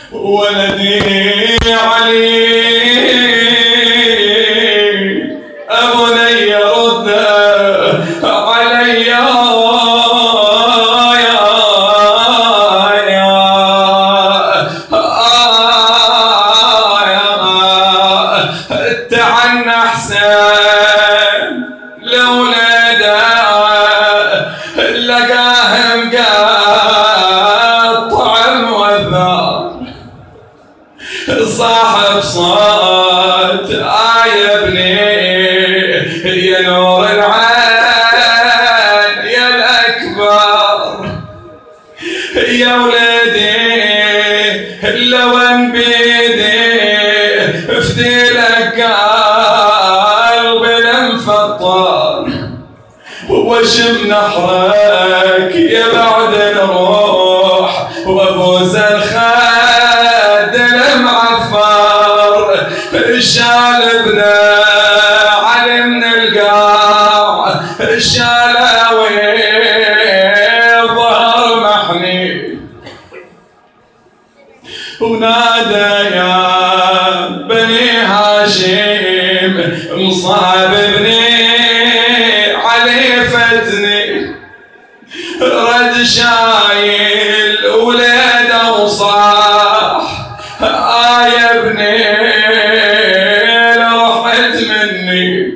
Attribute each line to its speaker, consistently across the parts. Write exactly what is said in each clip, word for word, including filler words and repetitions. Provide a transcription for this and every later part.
Speaker 1: ولدي علي أبني رد علي تعنى حسين لولاده لقاهم قاطع موذر صاحب صوت آه يا ابني يا نور العين يا الأكبر يا ولدي لو ان بيدي افدي لك قلبي المفطر واشم نحرك يا بعد نروح وابوس الخد المعفر شالبنا علي من القاع شالاوي ظهر محني ونادى يا بني هاشم مصاب ابني علي فتني رد شايل ولده وصاح آه يا ابني لرحت مني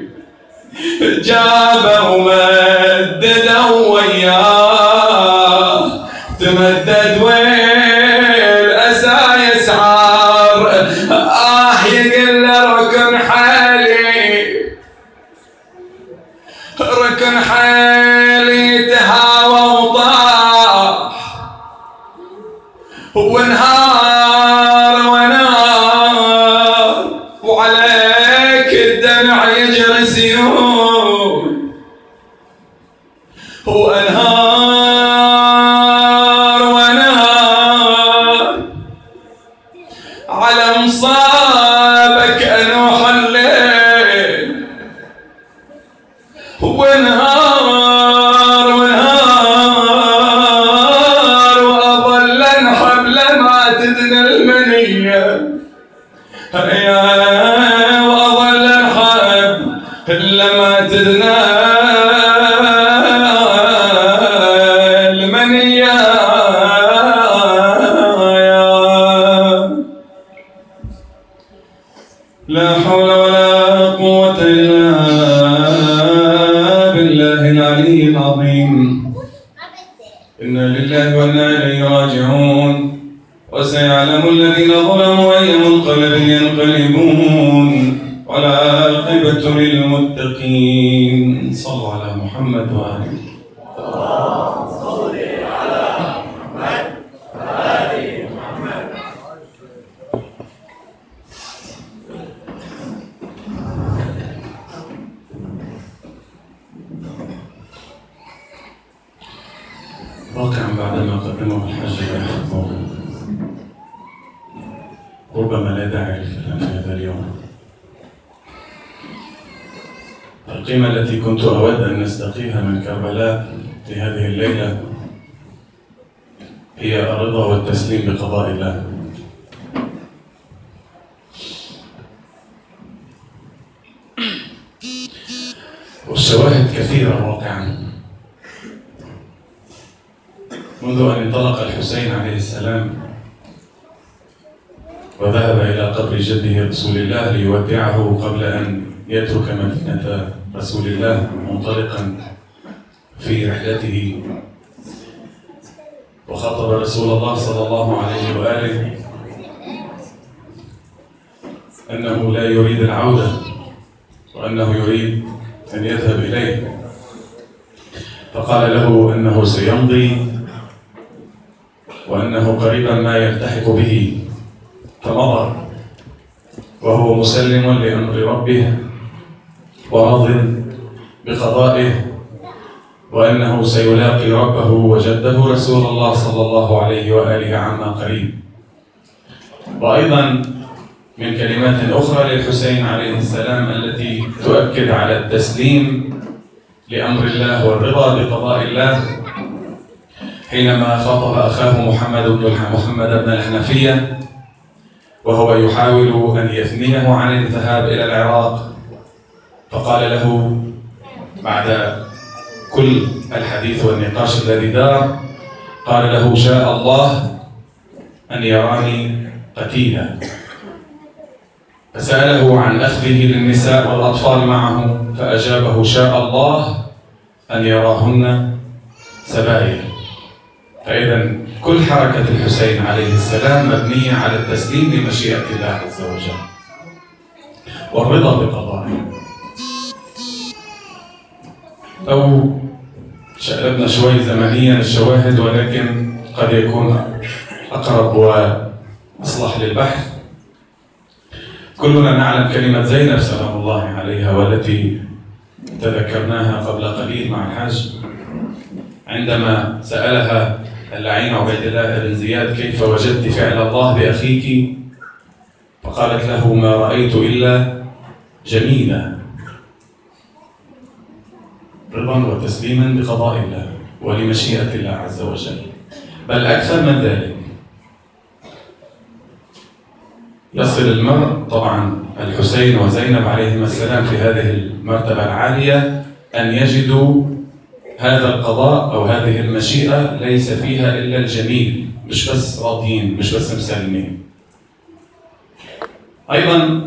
Speaker 1: جابه ومدده وياه تمدد والأسى يسعار آه يقل ركن حالي ركن حالي تهاوى وطاح وانهار ونار وعليك الدمع يجري سيول وانهار ونار على مصابك انوح الليل ونهار ونهار وأظل انحب لما تدنى المنية وأظل انحب لما تدنى المنية لا حول ولا قوة إلا بالله العلي العظيم. إنا لله وإنا إليه راجعون. وسيعلم الذين ظلموا أي منقلب ينقلبون والعاقبة للمتقين. صلوا على محمد وآله. واقعا بعدما قدمه الحج يحفظه ربما لا داعي للكلام في هذا اليوم. القيمة التي كنت أود أن نستقيها من كربلاء في هذه الليلة هي الرضا والتسليم بقضاء الله. والشواهد كثيرة واقعا. منذ أن انطلق الحسين عليه السلام وذهب إلى قبر جده رسول الله ليودعه قبل أن يترك مدينة رسول الله منطلقا في رحلته، وخطب رسول الله صلى الله عليه وآله أنه لا يريد العودة وأنه يريد أن يذهب إليه، فقال له أنه سيمضي وأنه قريبا ما يلتحق به، فمضى وهو مسلم لأمر ربه وراض بقضائه، وأنه سيلاقي ربه وجده رسول الله صلى الله عليه وآله عما قريب. وأيضا من كلمات أخرى للحسين عليه السلام التي تؤكد على التسليم لأمر الله والرضا بقضاء الله، حينما خاطب أخاه محمد بن محمد بن الحنفية وهو يحاول أن يثنيه عن الذهاب إلى العراق، فقال له بعد كل الحديث والنقاش الذي دار، قال له: شاء الله أن يراني قتيلا. فسأله عن أخذه للنساء والأطفال معه، فأجابه: شاء الله أن يراهن سبايا. فإذا كل حركة الحسين عليه السلام مبنية على التسليم لمشيئة الله عز وجل والرضا بقضائه. لو شقلبنا شوي زمنيا الشواهد، ولكن قد يكون أقرب وأصلح للبحث. كلنا نعلم كلمة زينب سلام الله عليها، والتي تذكرناها قبل قليل مع الحاج، عندما سألها اللعين عبيد الله بن زياد: كيف وجدت فعل الله بأخيك؟ فقالت له: ما رأيت إلا جميلا، رضا وتسليما بقضاء الله ولمشيئة الله عز وجل. بل أكثر من ذلك، يصل المرء، طبعا الحسين وزينب عليهما السلام في هذه المرتبة العالية، أن يجدوا هذا القضاء أو هذه المشيئة ليس فيها إلا الجميل، مش بس راضيين، مش بس مسلمين. أيضا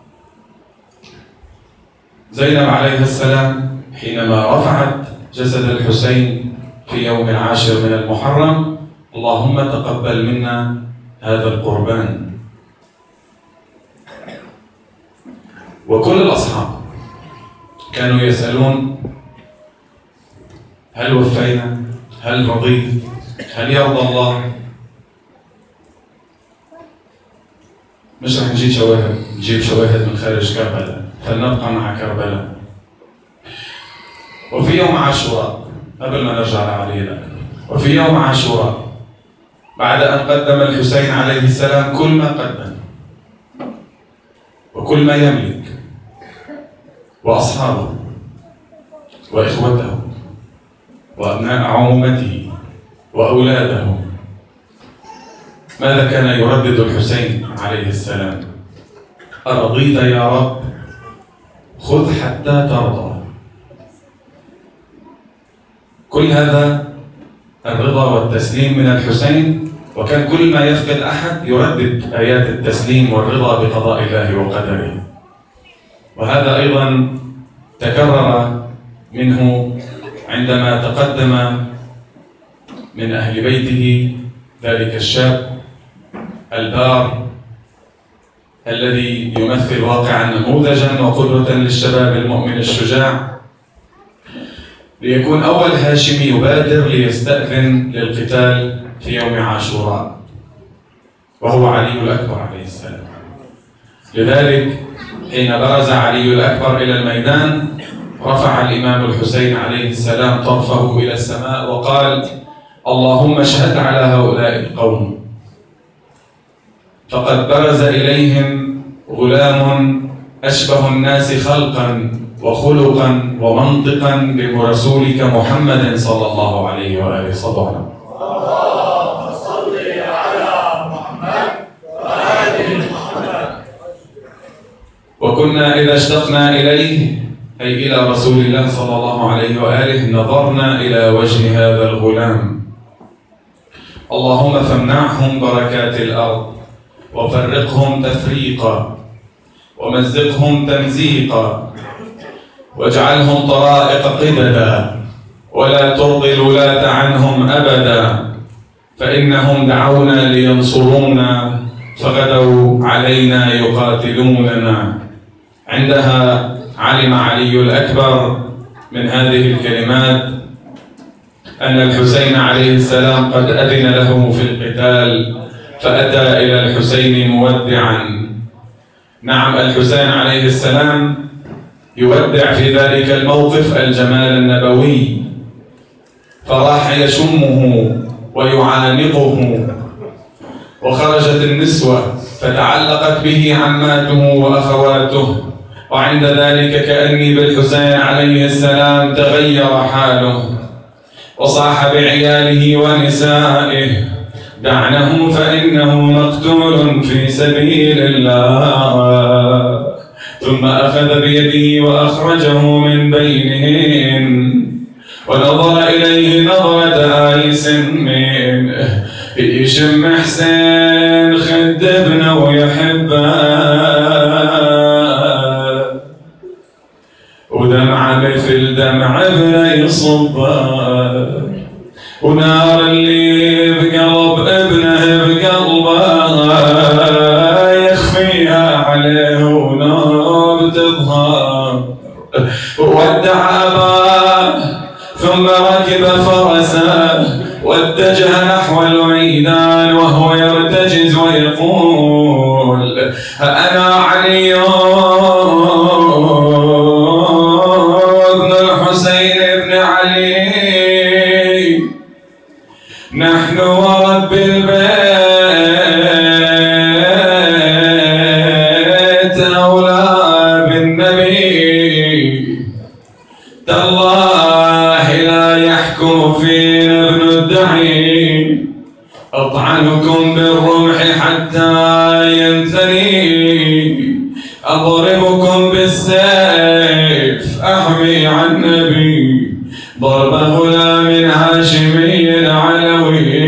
Speaker 1: زينب عليها السلام حينما رفعت جسد الحسين في يوم العاشر من المحرم: اللهم تقبل منا هذا القربان. وكل الأصحاب كانوا يسألون: هل وفينا؟ هل رضيت؟ هل يرضى الله؟ مش رح نجيب شواهد نجيب شواهد من خارج كربلاء، فلنبقى مع كربلاء. وفي يوم عاشوراء، قبل ما نرجع لعلي الأكبر، وفي يوم عاشوراء بعد أن قدم الحسين عليه السلام كل ما قدم وكل ما يملك، وأصحابه وإخوته وأبناء عمومته وأولاده، ماذا كان يردد الحسين عليه السلام؟ أرضيت يا رب؟ خذ حتى ترضى. كل هذا الرضا والتسليم من الحسين، وكان كل ما يفقد أحد يردد آيات التسليم والرضا بقضاء الله وقدره. وهذا أيضا تكرر منه عندما تقدم من أهل بيته ذلك الشاب البار الذي يمثل واقعا نموذجا وقدوة للشباب المؤمن الشجاع، ليكون أول هاشمي يبادر ليستأذن للقتال في يوم عاشوراء، وهو علي الأكبر عليه السلام. لذلك حين برز علي الأكبر إلى الميدان، رفع الإمام الحسين عليه السلام طرفه إلى السماء وقال: اللهم اشهد على هؤلاء القوم، فقد برز إليهم غلام أشبه الناس خلقا وخلقا ومنطقا برسولك محمد صلى الله عليه وآله وسلم.
Speaker 2: اللهم صل على محمد وآل محمد.
Speaker 1: وكنا إذا اشتقنا إليه، أي إلى رسول الله صلى الله عليه وآله، نظرنا إلى وجه هذا الغلام. اللهم فامنعهم بركات الأرض، وفرقهم تفريقا، ومزقهم تمزيقا، واجعلهم طرائق قددا، ولا ترضي الولاة عنهم أبدا، فإنهم دعونا لينصرونا فغدوا علينا يقاتلوننا. عندها علم علي الأكبر من هذه الكلمات أن الحسين عليه السلام قد أذن له في القتال، فأتى إلى الحسين مودعا. نعم، الحسين عليه السلام يودع في ذلك الموقف الجمال النبوي، فراح يشمه ويعانقه، وخرجت النسوة فتعلقت به عماته وأخواته، وعند ذلك كأني بالحسين عليه السلام تغير حاله، وصاح بعياله ونسائه: دعنه فإنه مقتول في سبيل الله. ثم أخذ بيده وأخرجه من بينهم ونظر إليه نظرة آيس منه، يشم حسين خد ابنه ويحبه، ودمعة مثل دمع ابنه يصبه، ونار اللي بقلب ابنه بقلبه يخفيها عليه ونوب تظهر. ودع أباه ثم ركب فرسه واتجه نحو الميدان وهو يرتجز ويقول: أنا علي بن الحسين بن علي، نحن ورب البيت أولى بالنبي، تالله لا يحكم فينا ابن الدعي، أطعنكم بالرمح حتى ينثني، أضربكم بالسيف أحمي عن نبي، ضرب غلام هاشمي علوي.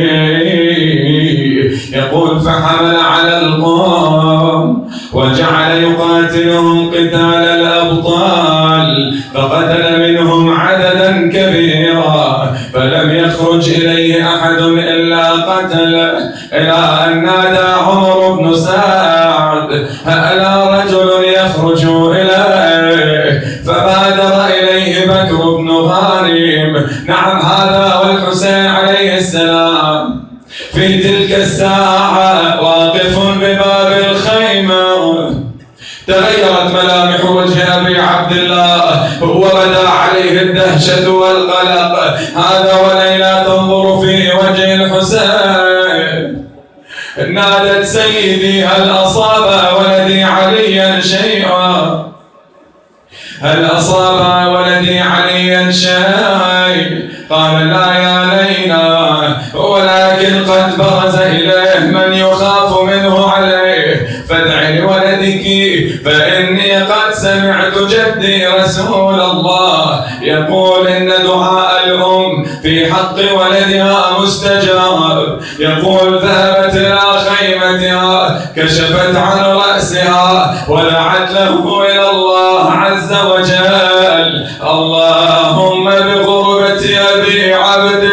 Speaker 1: يقول: فحمل على القوم وجعل يقاتلهم قتال الأبطال، فقتل منهم عددا كبيرا، فلم يخرج إليه أحد إلا قتله، إلى أن نادى عمر بن سعد: ألا رجل يخرج إليه؟ فبادر إليه بكر بن غانم: نعم، هذا والحسين عليه السلام في تلك الساعة واقف بباب الخيمة. تغيرت ملامح وجه أبي عبد الله وبدا عليه الدهشة والقلق. هذا وليلى تنظر في وجه الحسين، نادت: سيدي هل أصاب ولدي عليا شيئا؟ هل أصاب ولدي عليا شيء؟ قال: لا يا ليلى، ولكن قد برز إليه من يخاف منه عليه، فادعي لولدك، فإني قد سمعت جدي رسول الله يقول إن دعاء الأم في حق ولدها مستجاب. يقول: ذهبت إلى خيمتها، كشفت عن رأسها ودعت له إلى الله عز وجل: اللهم بغربة أبي عبد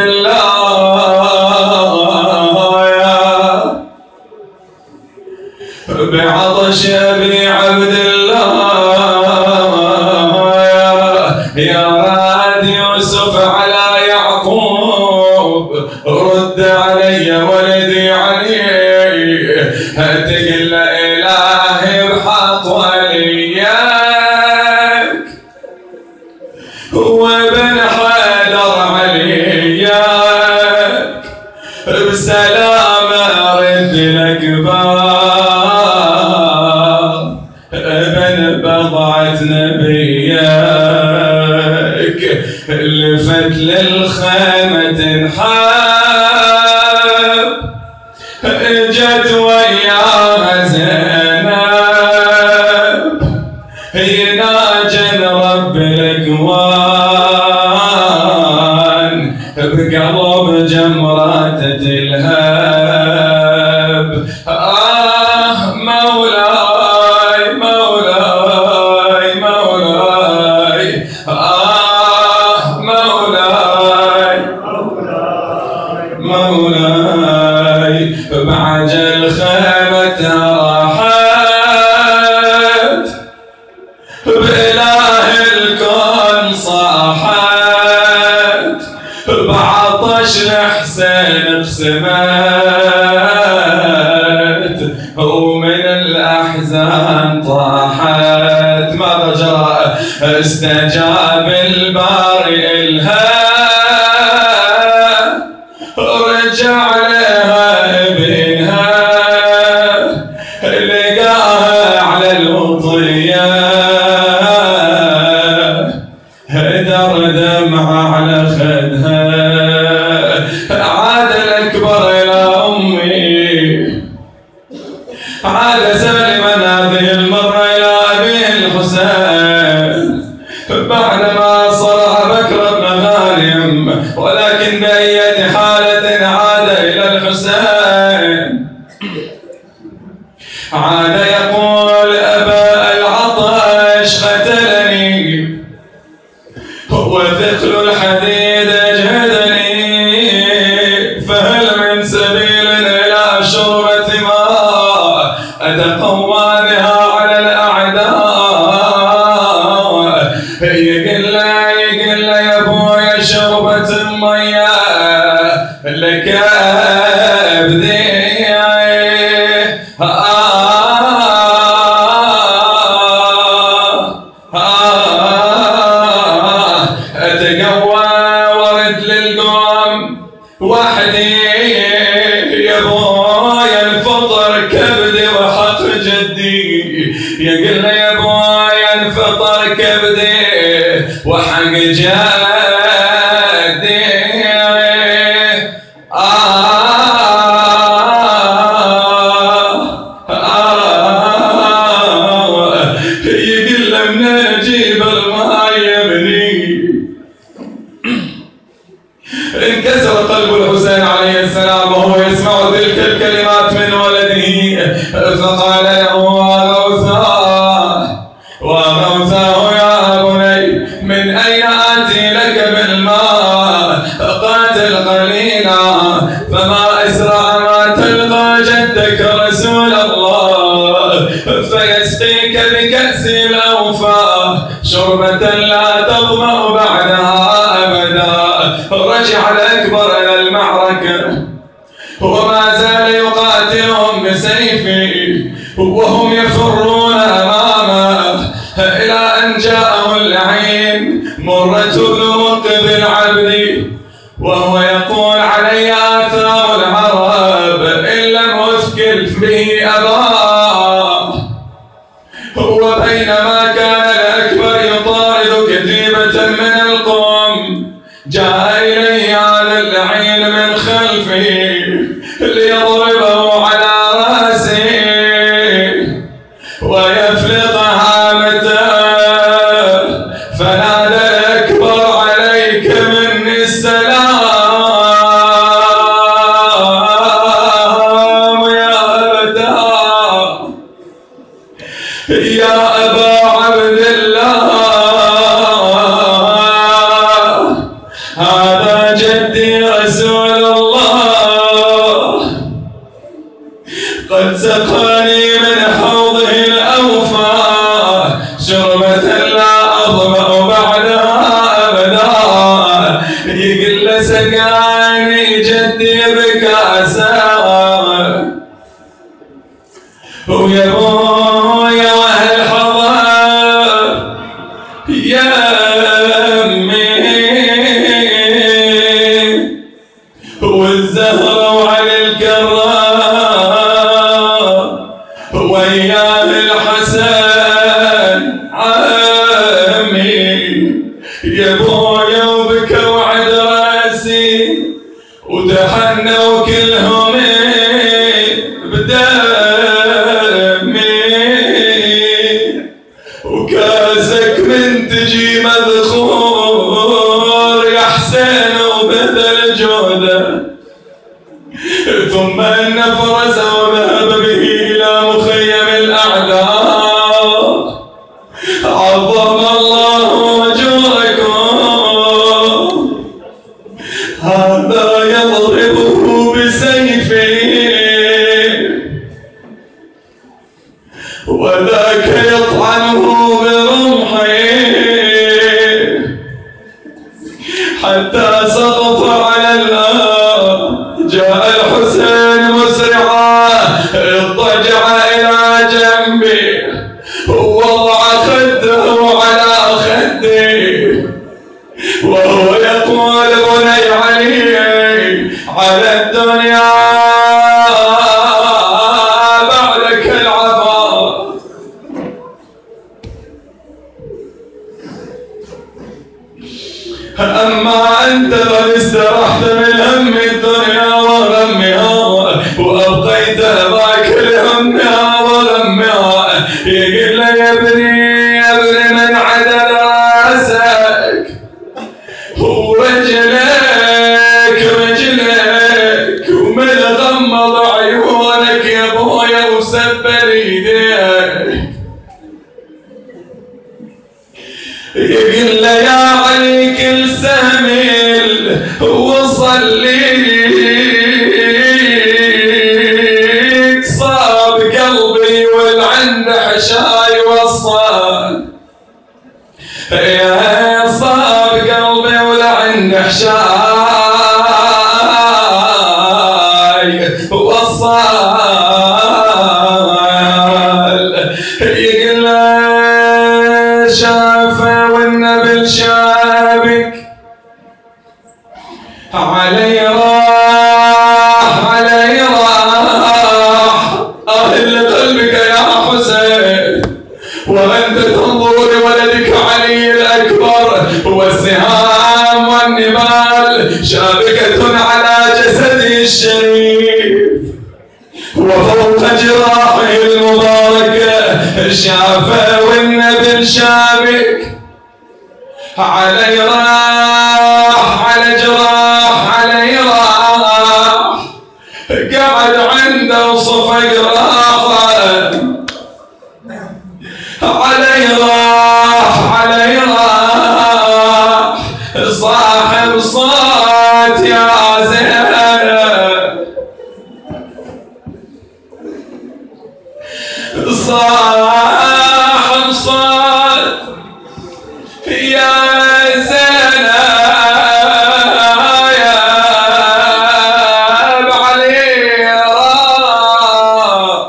Speaker 1: الله، يا بعطش أبي عبد الله، يا راد يوسف على يعقوب، رد علي ولدي علي، تقل إلهي بحق وليك وابن حيدر عليك، بسلامة رد لك باب ابن بضعة نبيك، لفت للخيمة تنحب، اجت وياها زينب، يناجن رب الاكوان، بقلب جمرات تلهب. آه مولاي مولاي مولاي، آه مولاي مولاي، بعجل خيمتها راحت، بإله الكون صاحت، بعطش الحسين اقسمت، ومن الأحزان طاحت. ماذا جرى؟ استجاب البارئ إلها، رجع لها ابنها، لقاها على الوطية، هدر دمعة على خدها، عاد الأكبر إلى أم عاد سالما هذه المرة إلى أبيه الحسين بعدما صرع بكر بن غانم، ولكن بأية حالة عاد إلى الحسين. عاد يقول أبا العطش قتلني وثقل الحديد أجهدني، فهل من سبيل إلى شربة ماء أتقوى بها على الأعداء؟ يقل يقل يا أبويا شربة مياه لك أبدي أتقوى ورد للقوم وحدي يا ابويا الفطر كبدي وحق جدي، يقول لي يا ابويا الفطر كبدي وحق جدي. يقول له منين اجيب الماء يا ابني؟ انكسر قلب الحسين عليه السلام وهو يسمع تلك الكلمات من ولده، فقال له وغوثاه وغوثاه يا بني من أين آتي لك بالماء؟ قاتل قليلا فما أسرع ما تلقى جدك رسول الله فيسقيك بكأس الأوفى شربة لا تظمأ بعدها أبدا. رجع الأكبر إلى المعركة وما زال يقاتلهم بسيفه وهم يفرون أمامه، إلى أن جاءه اللعين مرة بن مقب العبد وهو يقول علي آثام العرب إن لم أثكل به أباه. وبينما كان الأكبر يطارد كتيبة من القوم جاء إليه هذا اللعين من خلفه ليضربه على رأسه ويفلق هامته، فنادى الأكبر عليك مني السلام يا أبتاه يا أبا عبد الله، هذا جدي رسول الله قد سقاني من حوضه الأوفى شربة لا أظمأ بعدها أبدا. يقل سقاني جدي بكاسة ويا ابويا واهل حضر يا امي والزهره وعلي الكرام وياه الحسن عمي يا ابويا وبكى وعد راسي وتحنوا كلهم بدمي. غمض عيونك يا ابويا وسبر ايديك، يقول له يا علي كل سميل وصليك، صاب قلبي والعند حشاي وصل، يا صاب قلبي والعند حشاي وصل، يقول له شافه والنبل شابك علي راح علي راح، أهل قلبك يا حسين وأنت تنظر لولدك علي الأكبر، والسهام والنبال شابكة على جسده الشريف، وفوق جراحه المباركة شافه والنبل شابك علي راح على جراح علي راح، قعد عنده وصفق راحه علي راح علي راح، صاحب صوت يا زينب صاحب صوت يا زينب علي راح،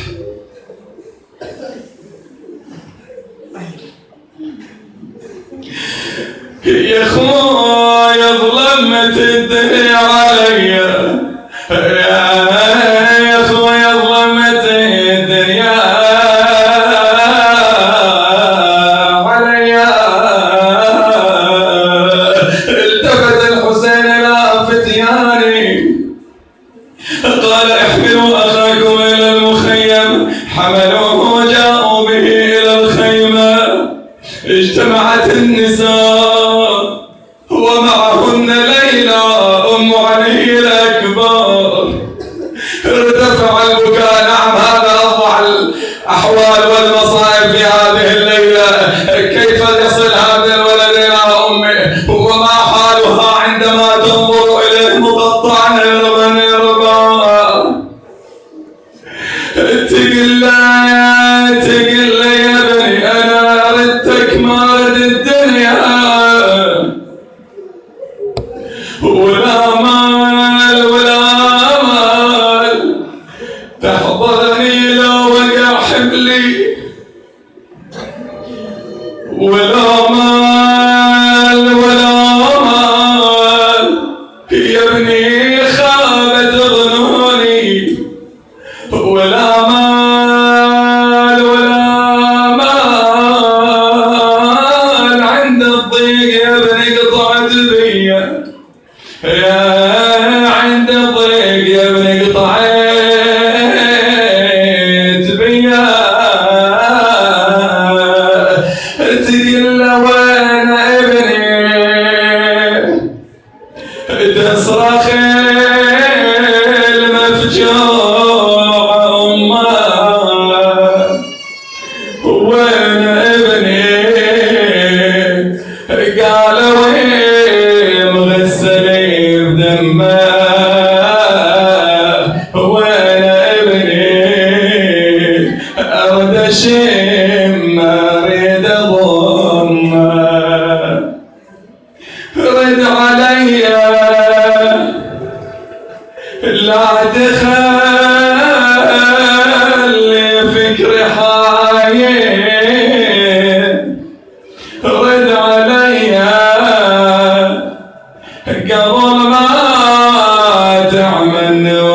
Speaker 1: يا خويا ظلمت الدنيا علي، يا خويا ظلمت الدنيا علي، التفت الحسين الى فتياني قال احملوا اخاكم الى المخيم، حملوه وجاءوا به الى الخيمه، اجتمعت النساء ومعهن ليلى ام علي الاكبر، ارتفع البكاء. نعم هذا أفظع الأحوال والمصائب في هذه الليلة، كيف يصل هذا الولد إلى أمه وما حالها عندما تنظر إليه مقطعا هربا هربا، تقل له تقل له يا ابني أنا ردتك ما رد الدنيا، ولا مال ولا مال تحضرني لو وقع حبلي، ولا مال ولا مال يا ابني خابت ظنوني، ولا مال ولا مال عند الضيق يا ابني قطعت بيا، يا عند الضيق يا ابني قطعت بيا، تقل له وين ابني تصرخ المفجوع امه، وين ابني قال وين مغسلي بدمه، وين ابني ارد اشم اريد اضمه، رد علي لا تخلي فكري حاير، رد علي قبل ما تعمل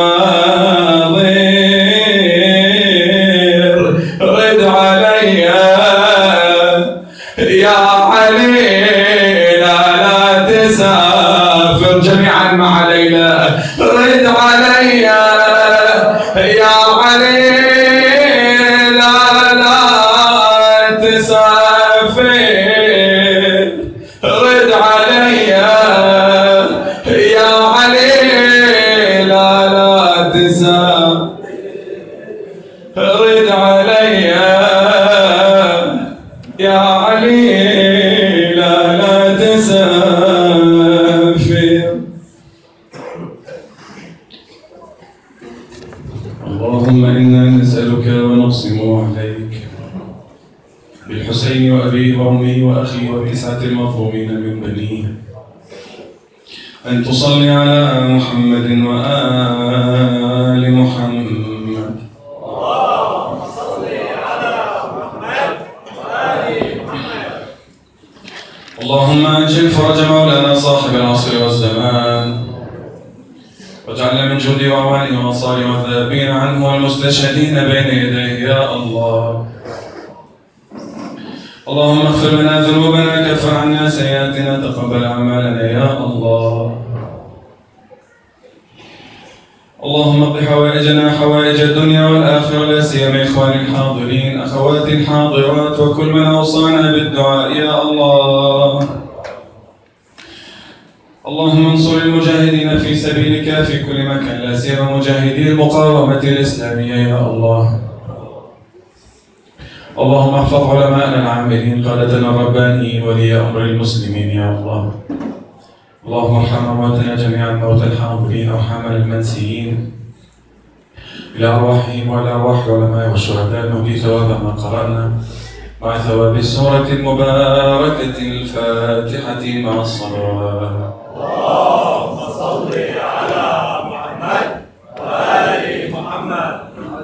Speaker 1: نواظر، رد علي يا علي لا لا تسافر جميعا مع ليلى، رد علي يا علي لا لا تسافر، رد علي يا علي لا لا تسافر. تسافر رد علي يا علي لا لا تسافر. اللهم إنا نسألك ونقسم عليك بالحسين وأبيه وأمه وأخيه وتسعة المظلومين من بنيه أن تصلي على محمد وآل محمد.
Speaker 2: اللهم صل على محمد وآل محمد.
Speaker 1: اللهم أجل فرج مولانا صاحب العصر والزمان، واجعلنا من جند وأعوانه وأنصاره والذابين عنه والمستشهدين بين يديه يا الله. اللهم اغفر لنا ذنوبنا، كفر عنا سيئاتنا، تقبل أعمالنا يا الله. اللهم اقض حوائجنا حوائج الدنيا والآخرة، لا سيما إخواني الحاضرين، أخواتي الحاضرات، وكل من أوصانا بالدعاء يا الله. اللهم انصر المجاهدين في سبيلك في كل مكان، لا سيما مجاهدي المقاومة الإسلامية يا الله. اللهم احفظ علماءنا العاملين، قادتنا الربانيين، ولي أمر المسلمين يا الله. اللهم ارحم أمواتنا جميعا، موتى الحاضرين أرحامنا المنسيين، إلى أرواحهم وإلى أرواح العلماء والشهداء، نهدي ثواب ما قرأنا مع ثواب السورة المباركة الفاتحة مع الصلوات.
Speaker 2: اللهم صل على محمد وآل محمد.